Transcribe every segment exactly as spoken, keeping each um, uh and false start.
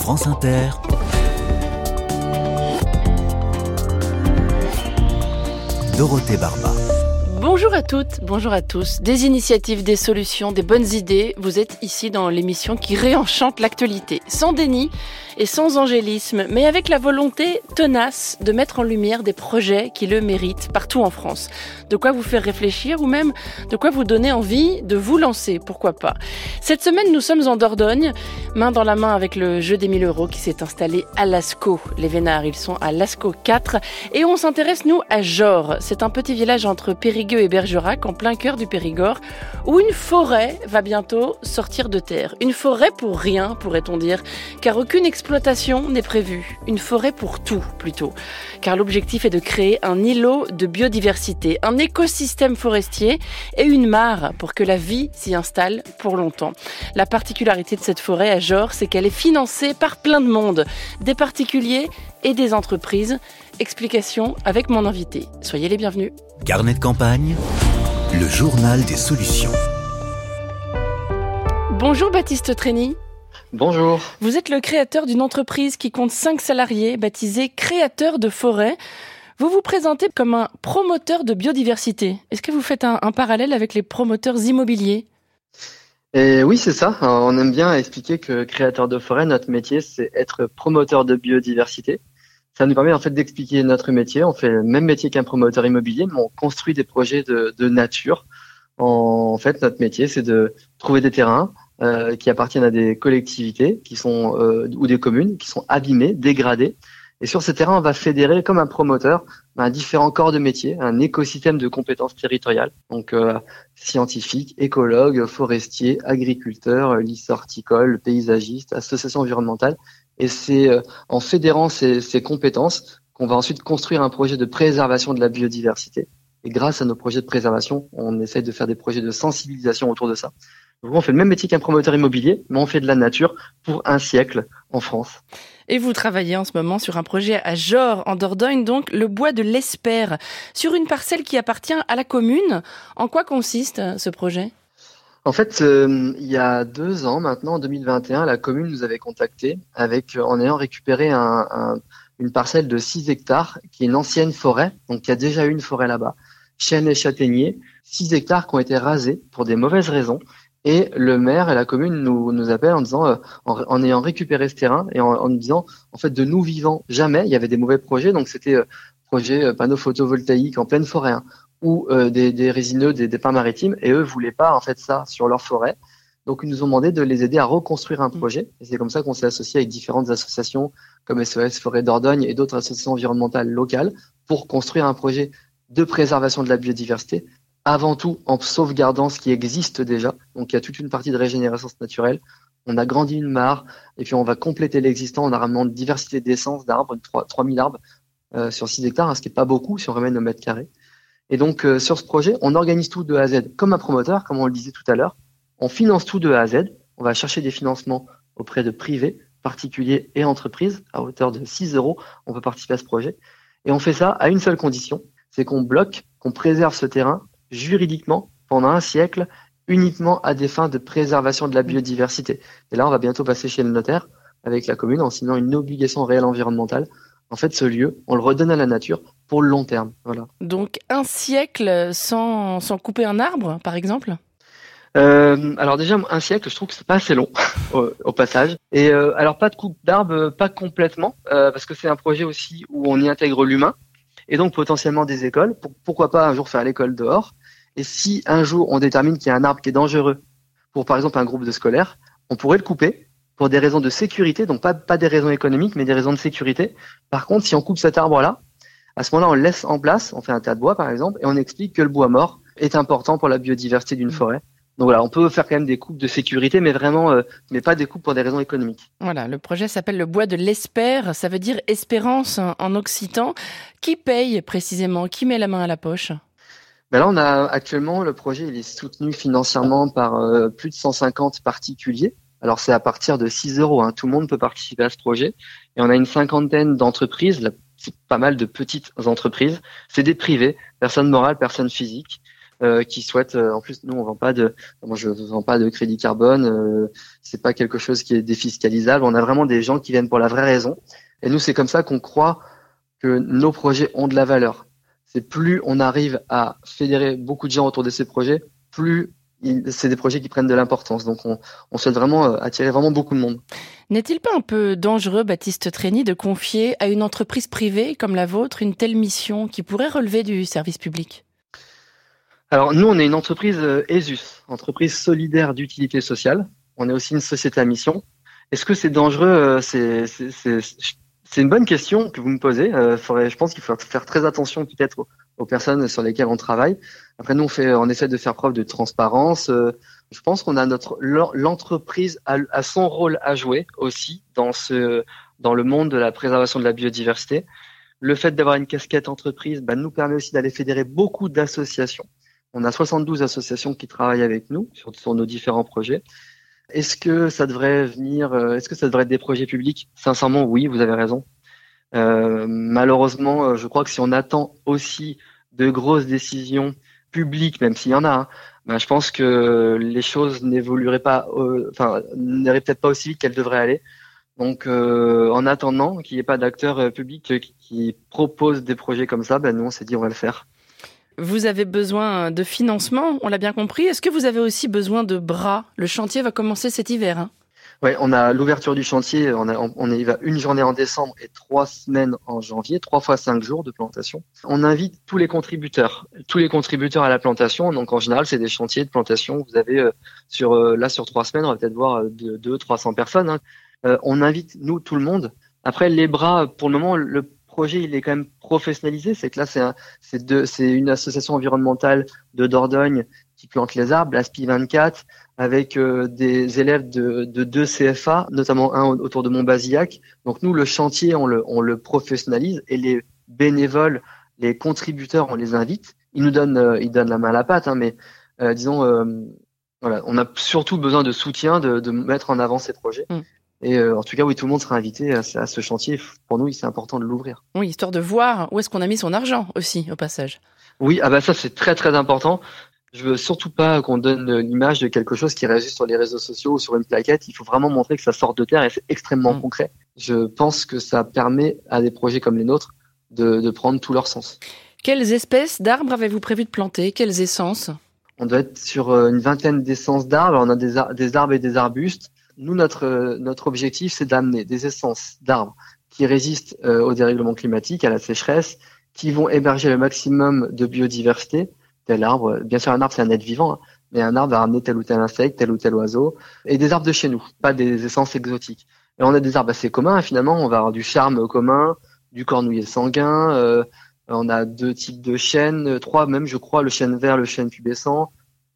France Inter. Dorothée Barba. Bonjour à toutes, bonjour à tous. Des initiatives, des solutions, des bonnes idées. Vous êtes ici dans l'émission qui réenchante l'actualité. Sans déni et sans angélisme, mais avec la volonté tenace de mettre en lumière des projets qui le méritent partout en France. De quoi vous faire réfléchir ou même de quoi vous donner envie de vous lancer, pourquoi pas. Cette semaine, nous sommes en Dordogne, main dans la main avec le jeu des mille euros qui s'est installé à Lascaux. Les Vénards, ils sont à Lascaux quatre et on s'intéresse, nous, à Jor. C'est un petit village entre Périgueux et Bergerac, en plein cœur du Périgord, où une forêt va bientôt sortir de terre. Une forêt pour rien, pourrait-on dire, car aucune exploitation n'est prévue. Une forêt pour tout, plutôt. Car l'objectif est de créer un îlot de biodiversité, un écosystème forestier et une mare pour que la vie s'y installe pour longtemps. La particularité de cette forêt à Jor, c'est qu'elle est financée par plein de monde, des particuliers et des entreprises. Explication avec mon invité. Soyez les bienvenus. Carnet de campagne, le journal des solutions. Bonjour Baptiste Trény. Bonjour. Vous êtes le créateur d'une entreprise qui compte cinq salariés, baptisée Créateur de Forêt. Vous vous présentez comme un promoteur de biodiversité. Est-ce que vous faites un, un parallèle avec les promoteurs immobiliers ? Et oui, c'est ça. On aime bien expliquer que Créateur de Forêt, notre métier, c'est être promoteur de biodiversité. Ça nous permet en fait d'expliquer notre métier. On fait le même métier qu'un promoteur immobilier, mais on construit des projets de, de nature. En, en fait, notre métier, c'est de trouver des terrains euh, qui appartiennent à des collectivités qui sont euh, ou des communes qui sont abîmées, dégradées. Et sur ces terrains, on va fédérer comme un promoteur un différent corps de métier, un écosystème de compétences territoriales. Donc euh, scientifiques, écologues, forestiers, agriculteurs, lycées horticoles, paysagistes, associations environnementales. Et c'est euh, en fédérant ces, ces compétences qu'on va ensuite construire un projet de préservation de la biodiversité. Et grâce à nos projets de préservation, on essaye de faire des projets de sensibilisation autour de ça. Donc, on fait le même métier qu'un promoteur immobilier, mais on fait de la nature pour un siècle en France. Et vous travaillez en ce moment sur un projet à Jor, en Dordogne, donc le bois de l'Espère, sur une parcelle qui appartient à la commune. En quoi consiste ce projet ? En fait, euh, il y a deux ans maintenant, en deux mille vingt et un, la commune nous avait contactés avec, en ayant récupéré un, un, une parcelle de six hectares, qui est une ancienne forêt, donc il y a déjà eu une forêt là-bas, chênes et châtaigniers, six hectares qui ont été rasés pour des mauvaises raisons. Et le maire et la commune nous, nous appellent en disant, euh, en, en ayant récupéré ce terrain et en, en nous disant, en fait, de nous vivant jamais, il y avait des mauvais projets, donc c'était euh, projet euh, panneaux photovoltaïques en pleine forêt, hein, ou euh, des, des résineux, des, des pins maritimes, et eux voulaient pas en fait ça sur leur forêt. Donc ils nous ont demandé de les aider à reconstruire un projet, et c'est comme ça qu'on s'est associé avec différentes associations comme S O S Forêt Dordogne et d'autres associations environnementales locales pour construire un projet de préservation de la biodiversité, avant tout en sauvegardant ce qui existe déjà. Donc il y a toute une partie de régénérescence naturelle. On a grandi une mare, et puis on va compléter l'existant en ramenant une diversité d'essences d'arbres, trois mille arbres euh, sur six hectares, hein, ce qui est pas beaucoup si on ramène au mètre carré. Et donc, euh, sur ce projet, on organise tout de A à Z comme un promoteur, comme on le disait tout à l'heure. On finance tout de A à Z. On va chercher des financements auprès de privés, particuliers et entreprises. À hauteur de six euros, on peut participer à ce projet. Et on fait ça à une seule condition, c'est qu'on bloque, qu'on préserve ce terrain juridiquement pendant un siècle, uniquement à des fins de préservation de la biodiversité. Et là, on va bientôt passer chez le notaire avec la commune en signant une obligation réelle environnementale. En fait, ce lieu, on le redonne à la nature pour le long terme. Voilà. Donc, un siècle sans, sans couper un arbre, par exemple ? euh, Alors déjà, un siècle, je trouve que c'est pas assez long au, au passage. Et euh, alors, pas de coupe d'arbre, pas complètement, euh, parce que c'est un projet aussi où on y intègre l'humain, et donc potentiellement des écoles. Pour, pourquoi pas un jour faire l'école dehors ? Et si un jour on détermine qu'il y a un arbre qui est dangereux pour, par exemple, un groupe de scolaires, on pourrait le couper pour des raisons de sécurité, donc pas, pas des raisons économiques, mais des raisons de sécurité. Par contre, si on coupe cet arbre-là, à ce moment-là, on le laisse en place, on fait un tas de bois par exemple, et on explique que le bois mort est important pour la biodiversité d'une forêt. Donc voilà, on peut faire quand même des coupes de sécurité, mais vraiment, euh, mais pas des coupes pour des raisons économiques. Voilà, le projet s'appelle le bois de l'Espère, ça veut dire espérance en occitan. Qui paye précisément ? Qui met la main à la poche ? Ben là, on a actuellement, le projet il est soutenu financièrement par euh, plus de cent cinquante particuliers. Alors c'est à partir de six euros, hein. Tout le monde peut participer à ce projet. Et on a une cinquantaine d'entreprises, là, c'est pas mal de petites entreprises. C'est des privés, personnes morales, personnes physiques. euh, qui souhaitent. Euh, en plus, nous, on vend pas de, moi, je vends pas de crédit carbone. Euh, c'est pas quelque chose qui est défiscalisable. On a vraiment des gens qui viennent pour la vraie raison. Et nous, c'est comme ça qu'on croit que nos projets ont de la valeur. C'est plus on arrive à fédérer beaucoup de gens autour de ces projets, plus il, c'est des projets qui prennent de l'importance. Donc, on, on souhaite vraiment euh, attirer vraiment beaucoup de monde. N'est-il pas un peu dangereux, Baptiste Trény, de confier à une entreprise privée comme la vôtre une telle mission qui pourrait relever du service public ? Alors, nous, on est une entreprise euh, E S U S, entreprise solidaire d'utilité sociale. On est aussi une société à mission. Est-ce que c'est dangereux ? euh, c'est, c'est, c'est, c'est une bonne question que vous me posez. Euh, faudrait, je pense qu'il faut faire très attention peut-être aux, aux personnes sur lesquelles on travaille. Après, nous, on fait, on essaie de faire preuve de transparence. Euh, je pense qu'on a notre l'entreprise a, a son rôle à jouer aussi dans ce dans le monde de la préservation de la biodiversité. Le fait d'avoir une casquette entreprise, bah, nous permet aussi d'aller fédérer beaucoup d'associations. On a soixante-douze associations qui travaillent avec nous sur, sur nos différents projets. Est-ce que ça devrait venir, est-ce que ça devrait être des projets publics ? Sincèrement, oui, vous avez raison. Euh, malheureusement, je crois que si on attend aussi de grosses décisions publiques, même s'il y en a, hein, ben je pense que les choses n'évolueraient pas, euh, enfin, n'iraient peut-être pas aussi vite qu'elles devraient aller. Donc, euh, en attendant qu'il n'y ait pas d'acteurs euh, publics qui, qui proposent des projets comme ça, ben nous, on s'est dit on va le faire. Vous avez besoin de financement, on l'a bien compris. Est-ce que vous avez aussi besoin de bras ? Le chantier va commencer cet hiver. Hein. Oui, on a l'ouverture du chantier. On, a, on y va une journée en décembre et trois semaines en janvier, trois fois cinq jours de plantation. On invite tous les contributeurs, tous les contributeurs à la plantation. Donc en général, c'est des chantiers de plantation. Vous avez euh, sur euh, là sur trois semaines, on va peut-être voir deux, deux, trois cents personnes. Hein. Euh, on invite nous tout le monde. Après les bras, pour le moment, le projet il est quand même professionnalisé. C'est que là, c'est un, c'est de, c'est une association environnementale de Dordogne qui plante les arbres, l'Aspi vingt-quatre, avec euh, des élèves de, de deux C F A, notamment un autour de Montbazillac. Donc nous, le chantier, on le, on le professionnalise et les bénévoles, les contributeurs, on les invite. Ils nous donnent, euh, ils donnent la main à la pâte, hein, mais euh, disons, euh, voilà, on a surtout besoin de soutien, de, de mettre en avant ces projets. Mmh. Et euh, en tout cas, oui, tout le monde sera invité à, à ce chantier. Pour nous, c'est important de l'ouvrir. Oui, histoire de voir où est-ce qu'on a mis son argent aussi, au passage. Oui, ah bah ça, c'est très très important. Je veux surtout pas qu'on donne l'image de quelque chose qui reste sur les réseaux sociaux ou sur une plaquette. Il faut vraiment montrer que ça sort de terre et c'est extrêmement mmh. concret. Je pense que ça permet à des projets comme les nôtres de, de prendre tout leur sens. Quelles espèces d'arbres avez-vous prévu de planter ? Quelles essences ? On doit être sur une vingtaine d'essences d'arbres. On a des, ar- des arbres et des arbustes. Nous, notre, notre objectif, c'est d'amener des essences d'arbres qui résistent euh, au dérèglement climatique, à la sécheresse, qui vont héberger le maximum de biodiversité. Tel arbre, bien sûr, un arbre, c'est un être vivant, hein, mais un arbre va ramener tel ou tel insecte, tel ou tel oiseau, et des arbres de chez nous, pas des essences exotiques. Et on a des arbres assez communs, hein, finalement, on va avoir du charme commun, du cornouiller sanguin, euh, on a deux types de chênes, trois même, je crois, le chêne vert, le chêne pubescent,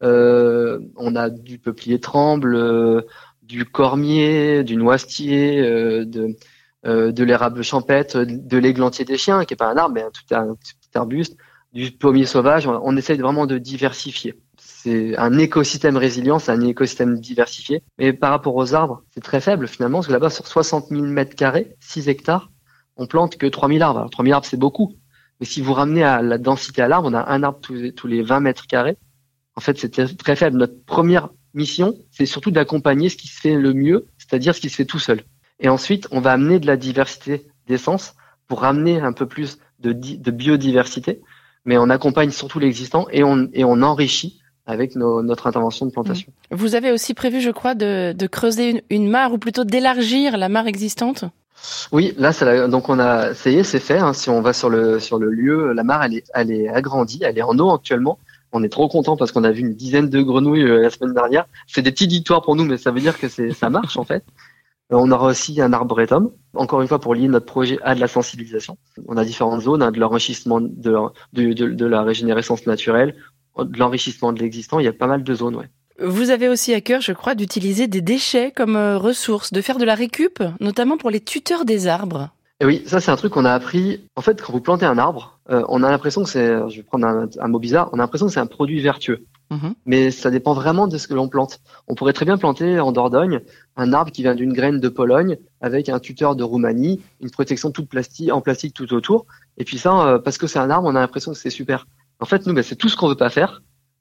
euh, on a du peuplier tremble, euh, du cormier, du noisetier, euh, de, euh, de l'érable champêtre, de l'églantier des chiens, qui est pas un arbre, mais un tout un petit arbuste, du pommier sauvage. On, on essaye vraiment de diversifier. C'est un écosystème résilient, c'est un écosystème diversifié. Mais par rapport aux arbres, c'est très faible finalement, parce que là-bas, sur soixante mille mètres carrés, six hectares, on plante que trois mille arbres. Alors, trois mille arbres, c'est beaucoup. Mais si vous ramenez à la densité à l'arbre, on a un arbre tous les, tous les vingt mètres carrés. En fait, c'est très, très faible. Notre première mission, c'est surtout d'accompagner ce qui se fait le mieux, c'est-à-dire ce qui se fait tout seul. Et ensuite, on va amener de la diversité d'essences pour ramener un peu plus de, di- de biodiversité, mais on accompagne surtout l'existant et on, et on enrichit avec nos, notre intervention de plantation. Vous avez aussi prévu, je crois, de, de creuser une, une mare, ou plutôt d'élargir la mare existante ? Oui, là, c'est la, donc on a, ça y est, c'est fait. Hein, si on va sur le sur le lieu, la mare, elle est, elle est agrandie, elle est en eau actuellement. On est trop content parce qu'on a vu une dizaine de grenouilles euh, la semaine dernière. C'est des petites victoires pour nous, mais ça veut dire que c'est ça marche en fait. Euh, on aura aussi un arboretum, encore une fois pour lier notre projet à de la sensibilisation. On a différentes zones, hein, de l'enrichissement de, de, de, de la régénérescence naturelle, de l'enrichissement de l'existant. Il y a pas mal de zones, ouais. Vous avez aussi à cœur, je crois, d'utiliser des déchets comme euh, ressources, de faire de la récup, notamment pour les tuteurs des arbres. Et oui, ça c'est un truc qu'on a appris. En fait, quand vous plantez un arbre, euh, on a l'impression que c'est, je vais prendre un, un mot bizarre, on a l'impression que c'est un produit vertueux. Mmh. Mais ça dépend vraiment de ce que l'on plante. On pourrait très bien planter en Dordogne un arbre qui vient d'une graine de Pologne avec un tuteur de Roumanie, une protection toute plastique, en plastique tout autour. Et puis ça, euh, parce que c'est un arbre, on a l'impression que c'est super. En fait, nous, bah, c'est tout ce qu'on veut pas faire.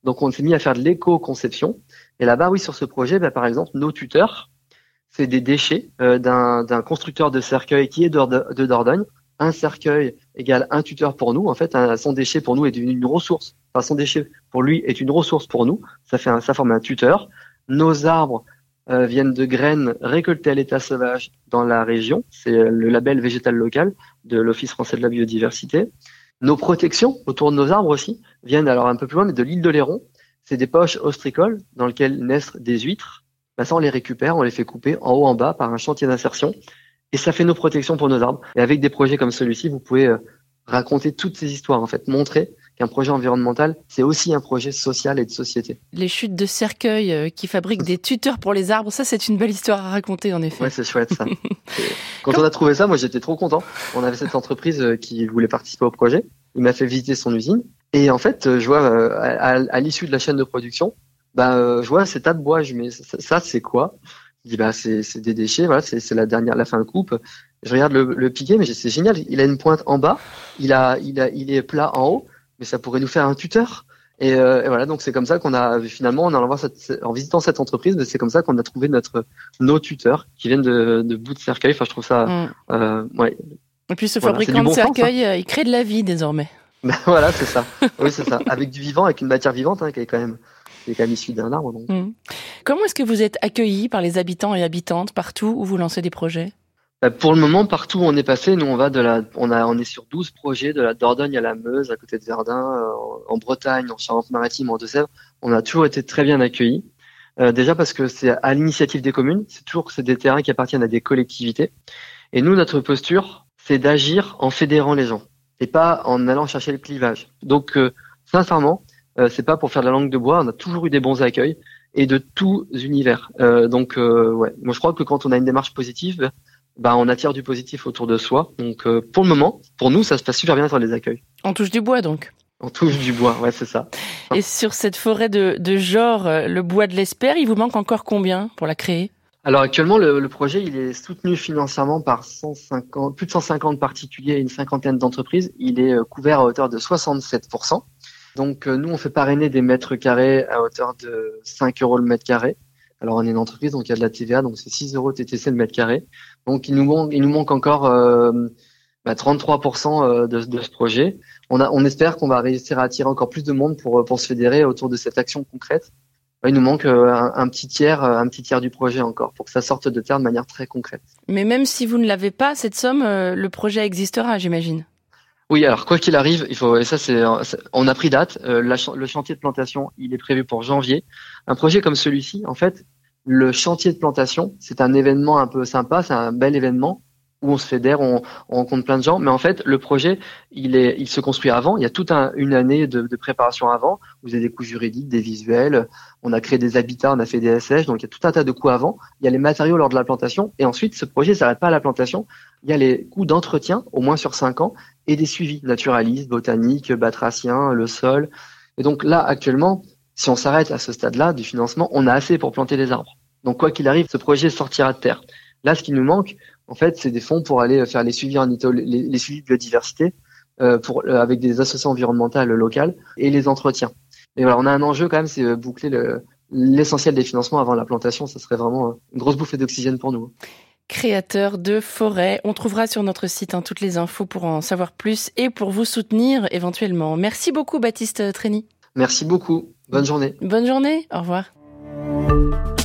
Donc, on s'est mis à faire de l'éco-conception. Et là-bas, oui, sur ce projet, bah, par exemple, nos tuteurs, c'est des déchets euh, d'un, d'un constructeur de cercueil qui est de, de Dordogne. Un cercueil égale un tuteur pour nous. En fait, un, son déchet pour nous est une, une ressource. Enfin, son déchet pour lui est une ressource pour nous. Ça fait un, ça forme un tuteur. Nos arbres euh, viennent de graines récoltées à l'état sauvage dans la région. C'est le label végétal local de l'Office français de la biodiversité. Nos protections autour de nos arbres aussi viennent alors un peu plus loin, mais de l'île de Léron. C'est des poches ostricoles dans lesquelles naissent des huîtres. Ben ça, on les récupère, on les fait couper en haut en bas par un chantier d'insertion. Et ça fait nos protections pour nos arbres. Et avec des projets comme celui-ci, vous pouvez euh, raconter toutes ces histoires, en fait, montrer qu'un projet environnemental, c'est aussi un projet social et de société. Les chutes de cercueils euh, qui fabriquent des tuteurs pour les arbres, ça c'est une belle histoire à raconter en effet. Ouais, c'est chouette ça. Quand on a trouvé ça, moi j'étais trop content. On avait cette entreprise euh, qui voulait participer au projet. Il m'a fait visiter son usine. Et en fait, euh, je vois euh, à, à l'issue de la chaîne de production, bah, euh, je vois ces tas de bois. Je me dis, ça, ça c'est quoi? Je dis, bah, c'est, c'est des déchets. Voilà, c'est, c'est la dernière, la fin de coupe. Je regarde le, le piquet, mais c'est génial. Il a une pointe en bas. Il a, il a, il est plat en haut. Mais ça pourrait nous faire un tuteur. Et, euh, et voilà, donc c'est comme ça qu'on a finalement, en allant voir cette, en visitant cette entreprise, c'est comme ça qu'on a trouvé notre nos tuteurs qui viennent de, de bouts de cercueil. Enfin, je trouve ça, mmh. euh, ouais. Et puis ce voilà, fabricant bon de cercueil, hein. Il crée de la vie désormais. Ben voilà, c'est ça. Oui, c'est ça. Avec du vivant, avec une matière vivante, hein, qui est quand même, qui est quand même issue d'un arbre. Donc. Mmh. Comment est-ce que vous êtes accueillis par les habitants et habitantes partout où vous lancez des projets? Pour le moment, partout où on est passé, nous on va de la, on a, on est sur douze projets, de la Dordogne à la Meuse, à côté de Verdun, euh, en Bretagne, en Charente-Maritime, en Deux-Sèvres. On a toujours été très bien accueillis. Euh, déjà parce que c'est à l'initiative des communes. C'est toujours que c'est des terrains qui appartiennent à des collectivités. Et nous, notre posture, c'est d'agir en fédérant les gens et pas en allant chercher le clivage. Donc, euh, sincèrement, euh, c'est pas pour faire de la langue de bois. On a toujours eu des bons accueils et de tous univers. Euh, donc, euh, ouais. Moi, je crois que quand on a une démarche positive, bah, on attire du positif autour de soi. Donc, euh, pour le moment, pour nous, ça se passe super bien sur les accueils. On touche du bois, donc. On touche du bois, ouais, c'est ça. Et sur cette forêt de, de Jors, le bois de l'Espère, il vous manque encore combien pour la créer? Alors, actuellement, le, le projet, il est soutenu financièrement par cent cinquante, plus de cent cinquante particuliers et une cinquantaine d'entreprises. Il est couvert à hauteur de soixante-sept pour cent. Donc, nous, on fait parrainer des mètres carrés à hauteur de cinq euros le mètre carré. Alors, on est une entreprise, donc il y a de la T V A, donc c'est six euros T T C le mètre carré. Donc, il nous manque, il nous manque encore euh, bah, trente-trois pour cent de, de ce projet. On, a, on espère qu'on va réussir à attirer encore plus de monde pour, pour se fédérer autour de cette action concrète. Il nous manque un, un petit tiers, un petit tiers du projet encore, pour que ça sorte de terre de manière très concrète. Mais même si vous ne l'avez pas, cette somme, le projet existera, j'imagine. Oui, alors quoi qu'il arrive, il faut, et ça c'est, on a pris date. Euh, la, le chantier de plantation, il est prévu pour janvier. Un projet comme celui-ci, en fait, le chantier de plantation, c'est un événement un peu sympa, c'est un bel événement où on se fédère, on, on rencontre plein de gens. Mais en fait, le projet, il est, il se construit avant. Il y a toute un, une année de, de préparation avant. Vous avez des coûts juridiques, des visuels. On a créé des habitats, on a fait des S H. Donc il y a tout un tas de coûts avant. Il y a les matériaux lors de la plantation. Et ensuite, ce projet s'arrête pas à la plantation. Il y a les coûts d'entretien, au moins sur cinq ans, et des suivis naturalistes, botaniques, batraciens, le sol. Et donc là, actuellement, si on s'arrête à ce stade-là du financement, on a assez pour planter des arbres. Donc quoi qu'il arrive, ce projet sortira de terre. Là, ce qui nous manque, en fait, c'est des fonds pour aller faire les suivis en les, les suivis de biodiversité euh, pour euh, avec des associations environnementales locales et les entretiens. Et voilà, on a un enjeu quand même, c'est boucler le, l'essentiel des financements avant la plantation. Ça serait vraiment une grosse bouffée d'oxygène pour nous. Créateur de forêt. On trouvera sur notre site hein, toutes les infos pour en savoir plus et pour vous soutenir éventuellement. Merci beaucoup, Baptiste Trény. Merci beaucoup. Bonne journée. Bonne journée. Au revoir.